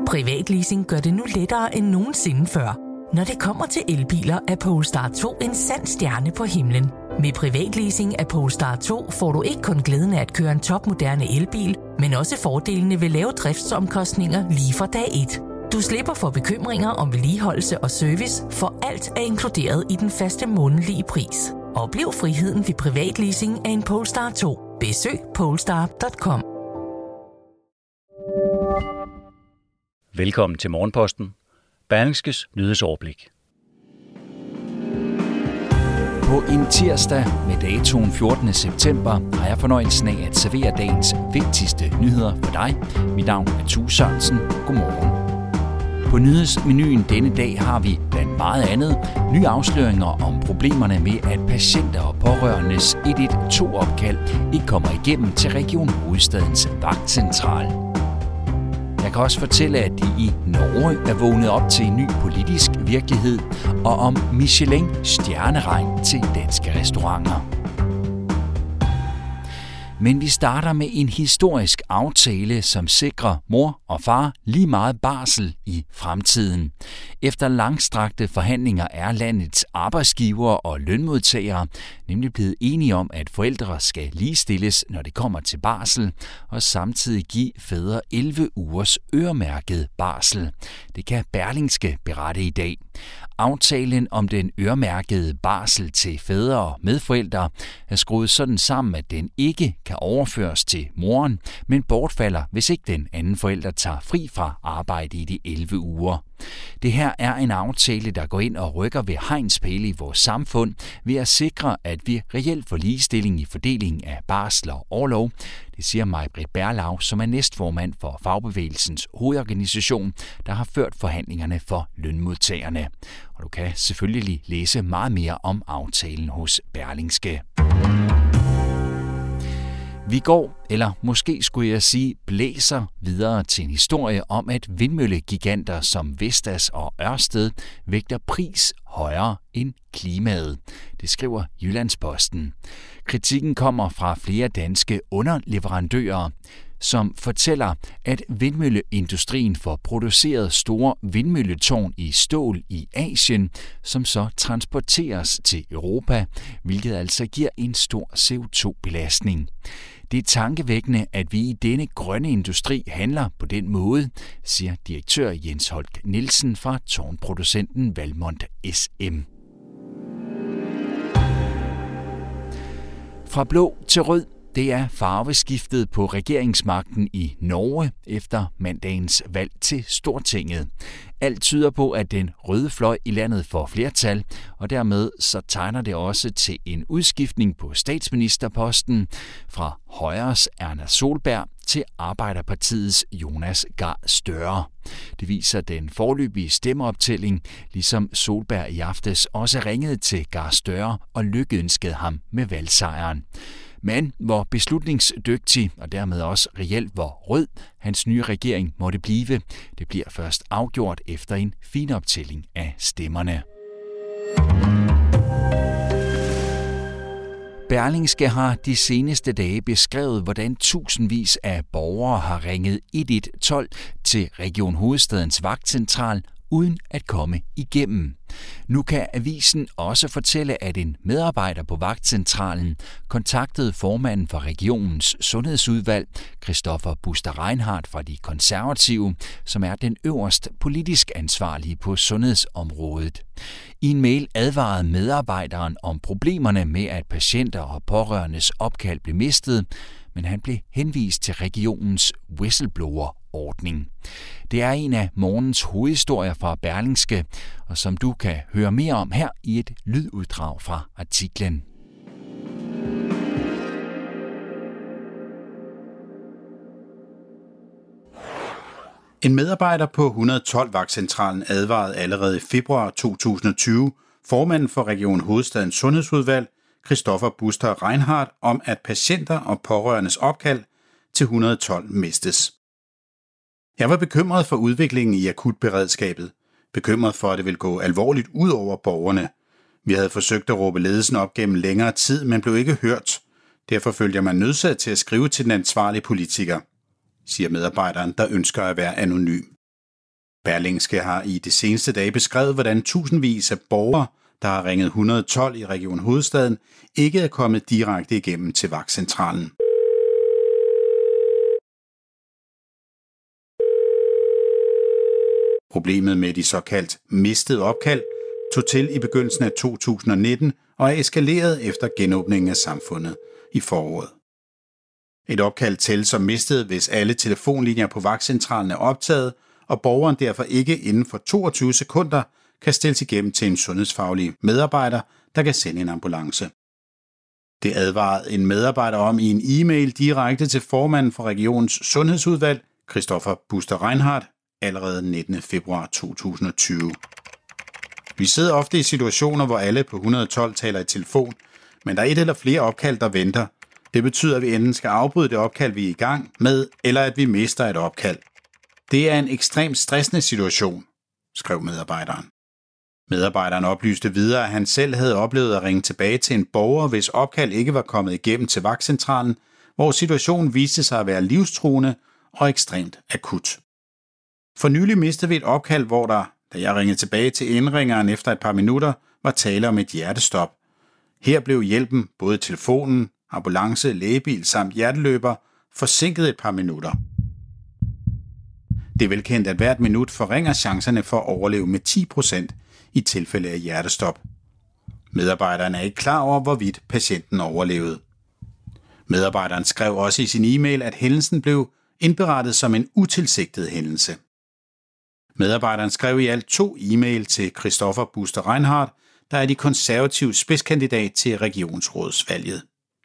Privatleasing gør det nu lettere end nogensinde før. Når det kommer til elbiler, er Polestar 2 en sand stjerne på himlen. Med privatleasing af Polestar 2 får du ikke kun glæden af at køre en topmoderne elbil, men også fordelene ved lave driftsomkostninger lige fra dag 1. Du slipper for bekymringer om vedligeholdelse og service, for alt er inkluderet i den faste månedlige pris. Oplev friheden ved privatleasing af en Polestar 2. Besøg polestar.com. Velkommen til Morgenposten. Berlingskes nyhedsoverblik. På en tirsdag med datoen 14. september har jeg fornøjelsen af at servere dagens vigtigste nyheder for dig. Mit navn er Tue Sørensen. Godmorgen. På nyhedsmenuen denne dag har vi blandt meget andet nye afsløringer om problemerne med, at patienter og pårørendes 112-opkald ikke kommer igennem til Region Hovedstadens vagtcentral. Jeg kan også fortælle, at de i Norge er vågnet op til en ny politisk virkelighed, og om Michelin-stjerneregn til danske restauranter. Men vi starter med en historisk aftale, som sikrer mor og far lige meget barsel i fremtiden. Efter langstrakte forhandlinger er landets arbejdsgivere og lønmodtagere nemlig blevet enige om, at forældre skal ligestilles, når det kommer til barsel, og samtidig give fædre 11 ugers øremærket barsel. Det kan Berlingske berette i dag. Aftalen om den øremærkede barsel til fædre og medforældre er skruet sådan sammen, at den ikke kan overføres til moren, men bortfalder, hvis ikke den anden forælder tager fri fra arbejde i de 11 uger. Det her er en aftale, der går ind og rykker ved hegnspæle i vores samfund ved at sikre, at vi reelt får ligestilling i fordelingen af barsel og orlov. Det siger Maj-Britt Berlau, som er næstformand for Fagbevægelsens hovedorganisation, der har ført forhandlingerne for lønmodtagerne. Og du kan selvfølgelig læse meget mere om aftalen hos Berlingske. Vi går, eller måske skulle jeg sige, blæser videre til en historie om, at vindmøllegiganter som Vestas og Ørsted vægter pris højere end klimaet. Det skriver Jyllandsposten. Kritikken kommer fra flere danske underleverandører, som fortæller, at vindmølleindustrien får produceret store vindmølletårn i stål i Asien, som så transporteres til Europa, hvilket altså giver en stor CO2-belastning. Det er tankevækkende, at vi i denne grønne industri handler på den måde, siger direktør Jens Holk Nielsen fra tårnproducenten Valmont SM. Fra blå til rød. Det er farveskiftet på regeringsmagten i Norge efter mandagens valg til Stortinget. Alt tyder på, at den røde fløj i landet får flertal, og dermed så tegner det også til en udskiftning på statsministerposten fra Højres Erna Solberg til Arbejderpartiets Jonas Gahr Støre. Det viser den foreløbige stemmeoptælling, ligesom Solberg i aftes også ringede til Gahr Støre og lykønskede ham med valgsejren. Men hvor beslutningsdygtig og dermed også reelt hvor rød hans nye regering måtte blive, det bliver først afgjort efter en finoptælling af stemmerne. Berlingske har de seneste dage beskrevet, hvordan tusindvis af borgere har ringet 112 til Region Hovedstadens vagtcentral uden at komme igennem. Nu kan avisen også fortælle, at en medarbejder på vagtcentralen kontaktede formanden for regionens sundhedsudvalg, Christoffer Buster Reinhardt fra De Konservative, som er den øverst politisk ansvarlige på sundhedsområdet. I en mail advarede medarbejderen om problemerne med, at patienter og pårørendes opkald blev mistet, men han blev henvist til regionens whistleblower-ordning. Det er en af morgens hovedhistorier fra Berlingske, og som du kan høre mere om her i et lyduddrag fra artiklen. En medarbejder på 112-vagtcentralen advarede allerede i februar 2020 formanden for Region Hovedstadens sundhedsudvalg, Christoffer Buster Reinhardt, om at patienter og pårørendes opkald til 112 mistes. Jeg var bekymret for udviklingen i akutberedskabet, bekymret for, at det ville gå alvorligt ud over borgerne. Vi havde forsøgt at råbe ledelsen op gennem længere tid, men blev ikke hørt. Derfor følte jeg mig nødsaget til at skrive til den ansvarlige politiker, siger medarbejderen, der ønsker at være anonym. Berlingske har i de seneste dage beskrevet, hvordan tusindvis af borgere, der har ringet 112 i Region Hovedstaden, ikke er kommet direkte igennem til vagtcentralen. Problemet med de såkaldt mistede opkald tog til i begyndelsen af 2019 og er eskaleret efter genåbningen af samfundet i foråret. Et opkald tælles som mistet, hvis alle telefonlinjer på vagtcentralen er optaget, og borgeren derfor ikke inden for 22 sekunder kan stilles igennem til en sundhedsfaglig medarbejder, der kan sende en ambulance. Det advarede en medarbejder om i en e-mail direkte til formanden for regionens sundhedsudvalg, Christoffer Buster Reinhardt, allerede 19. februar 2020. Vi sidder ofte i situationer, hvor alle på 112 taler i telefon, men der er et eller flere opkald, der venter. Det betyder, at vi enten skal afbryde det opkald, vi er i gang med, eller at vi mister et opkald. Det er en ekstremt stressende situation, skrev medarbejderen. Medarbejderen oplyste videre, at han selv havde oplevet at ringe tilbage til en borger, hvis opkald ikke var kommet igennem til vagtcentralen, hvor situationen viste sig at være livstruende og ekstremt akut. For nylig mistede vi et opkald, hvor der, da jeg ringede tilbage til indringeren efter et par minutter, var tale om et hjertestop. Her blev hjælpen, både telefonen, ambulance, lægebil samt hjerteløber, forsinket et par minutter. Det er velkendt, at hvert minut forringer chancerne for at overleve med 10% i tilfælde af hjertestop. Medarbejderen er ikke klar over, hvorvidt patienten overlevede. Medarbejderen skrev også i sin e-mail, at hændelsen blev indberettet som en utilsigtet hændelse. Medarbejderen skrev i alt 2 e-mail til Christoffer Buster Reinhardt, der er de konservative spidskandidat til regionsrådsvalget.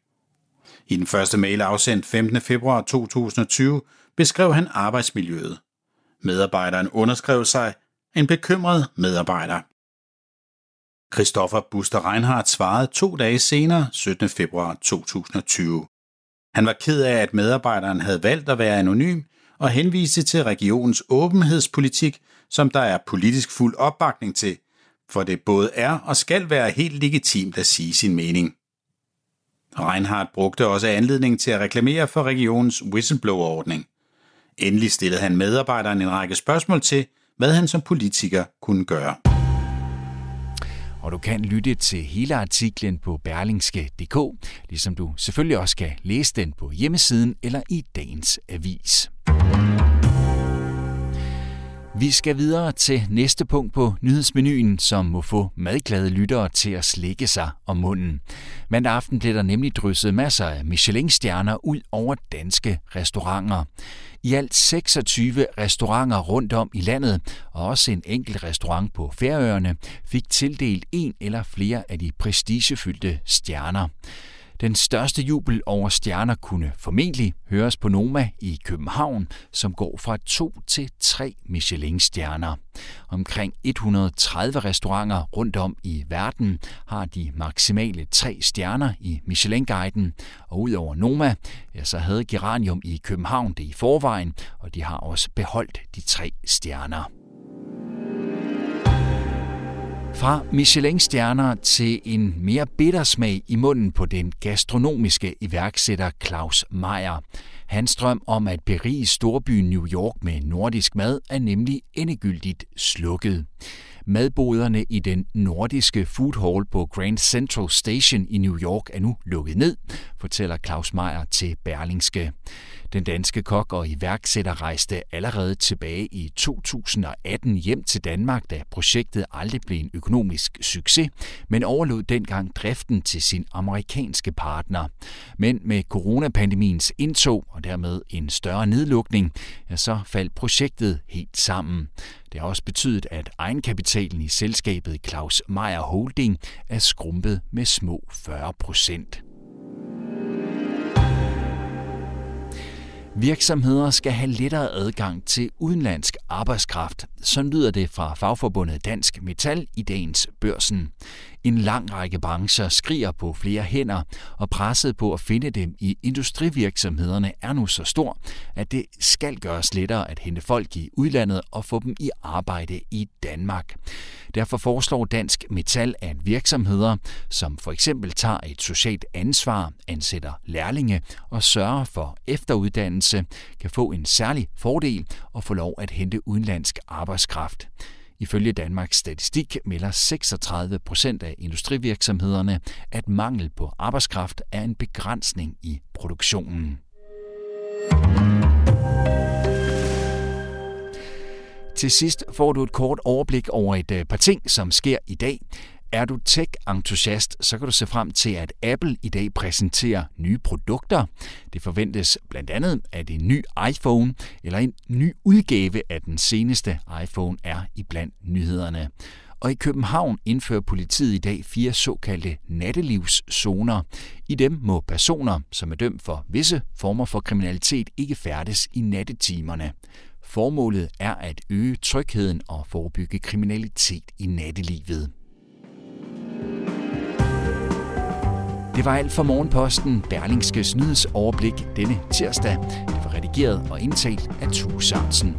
I den første mail afsendt 15. februar 2020 beskrev han arbejdsmiljøet. Medarbejderen underskrev sig en bekymret medarbejder. Christoffer Buster Reinhardt svarede 2 dage senere, 17. februar 2020. Han var ked af, at medarbejderen havde valgt at være anonym og henviste til regionens åbenhedspolitik, som der er politisk fuld opbakning til, for det både er og skal være helt legitimt at sige sin mening. Reinhardt brugte også anledningen til at reklamere for regionens whistleblower-ordning. Endelig stillede han medarbejderen en række spørgsmål til, hvad han som politiker kunne gøre. Og du kan lytte til hele artiklen på berlingske.dk, ligesom du selvfølgelig også kan læse den på hjemmesiden eller i dagens avis. Vi skal videre til næste punkt på nyhedsmenuen, som må få madglade lyttere til at slikke sig om munden. Mandag aften blev der nemlig drysset masser af Michelin-stjerner ud over danske restauranter. I alt 26 restauranter rundt om i landet, og også en enkelt restaurant på Færøerne, fik tildelt en eller flere af de prestigefyldte stjerner. Den største jubel over stjerner kunne formentlig høres på Noma i København, som går fra 2 til 3 Michelin-stjerner. Omkring 130 restauranter rundt om i verden har de maksimale 3 stjerner i Michelin-guiden, og udover Noma, ja, så havde Geranium i København det i forvejen, og de har også beholdt de 3 stjerner. Fra Michelin-stjerner til en mere bitter smag i munden på den gastronomiske iværksætter Claus Meyer. Hans drøm om at berige storbyen New York med nordisk mad er nemlig endegyldigt slukket. Madboderne i den nordiske food hall på Grand Central Station i New York er nu lukket ned, fortæller Claus Meyer til Berlingske. Den danske kok og iværksætter rejste allerede tilbage i 2018 hjem til Danmark, da projektet aldrig blev en økonomisk succes, men overlod dengang driften til sin amerikanske partner. Men med coronapandemiens indtog og dermed en større nedlukning, ja, så faldt projektet helt sammen. Det har også betydet, at egenkapitalen i selskabet Claus Meyer Holding er skrumpet med små 40%. Virksomheder skal have lettere adgang til udenlandsk arbejdskraft. Sådan lyder det fra fagforbundet Dansk Metal i dagens Børsen. En lang række brancher skriger på flere hænder, og presset på at finde dem i industrivirksomhederne er nu så stor, at det skal gøres lettere at hente folk i udlandet og få dem i arbejde i Danmark. Derfor foreslår Dansk Metal, at virksomheder, som for eksempel tager et socialt ansvar, ansætter lærlinge og sørger for efteruddannelse, kan få en særlig fordel og få lov at hente udenlandsk arbejdskraft. Ifølge Danmarks Statistik melder 36% af industrivirksomhederne, at mangel på arbejdskraft er en begrænsning i produktionen. Til sidst får du et kort overblik over et par ting, som sker i dag. Er du tech-entusiast, så kan du se frem til, at Apple i dag præsenterer nye produkter. Det forventes blandt andet, at en ny iPhone eller en ny udgave af den seneste iPhone er iblandt nyhederne. Og i København indfører politiet i dag 4 såkaldte nattelivszoner. I dem må personer, som er dømt for visse former for kriminalitet, ikke færdes i nattetimerne. Formålet er at øge trygheden og forebygge kriminalitet i nattelivet. Det var alt for Morgenposten, Berlingskes nyhedsoverblik denne tirsdag. Det var redigeret og indtalt af Tue Sørensen.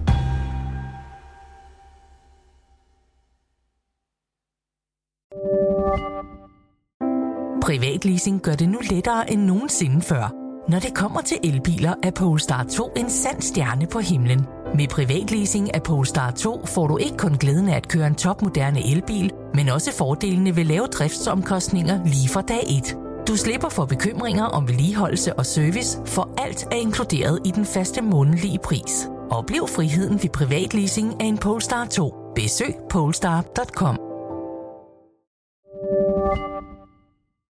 Privatleasing gør det nu lettere end nogensinde før. Når det kommer til elbiler, er Polestar 2 en sand stjerne på himlen. Med privatleasing af Polestar 2 får du ikke kun glæden af at køre en topmoderne elbil, men også fordelene ved lave driftsomkostninger lige fra dag 1. Du slipper for bekymringer om vedligeholdelse og service, for alt er inkluderet i den faste månedlige pris. Oplev friheden ved privatleasing af en Polestar 2. Besøg polestar.com.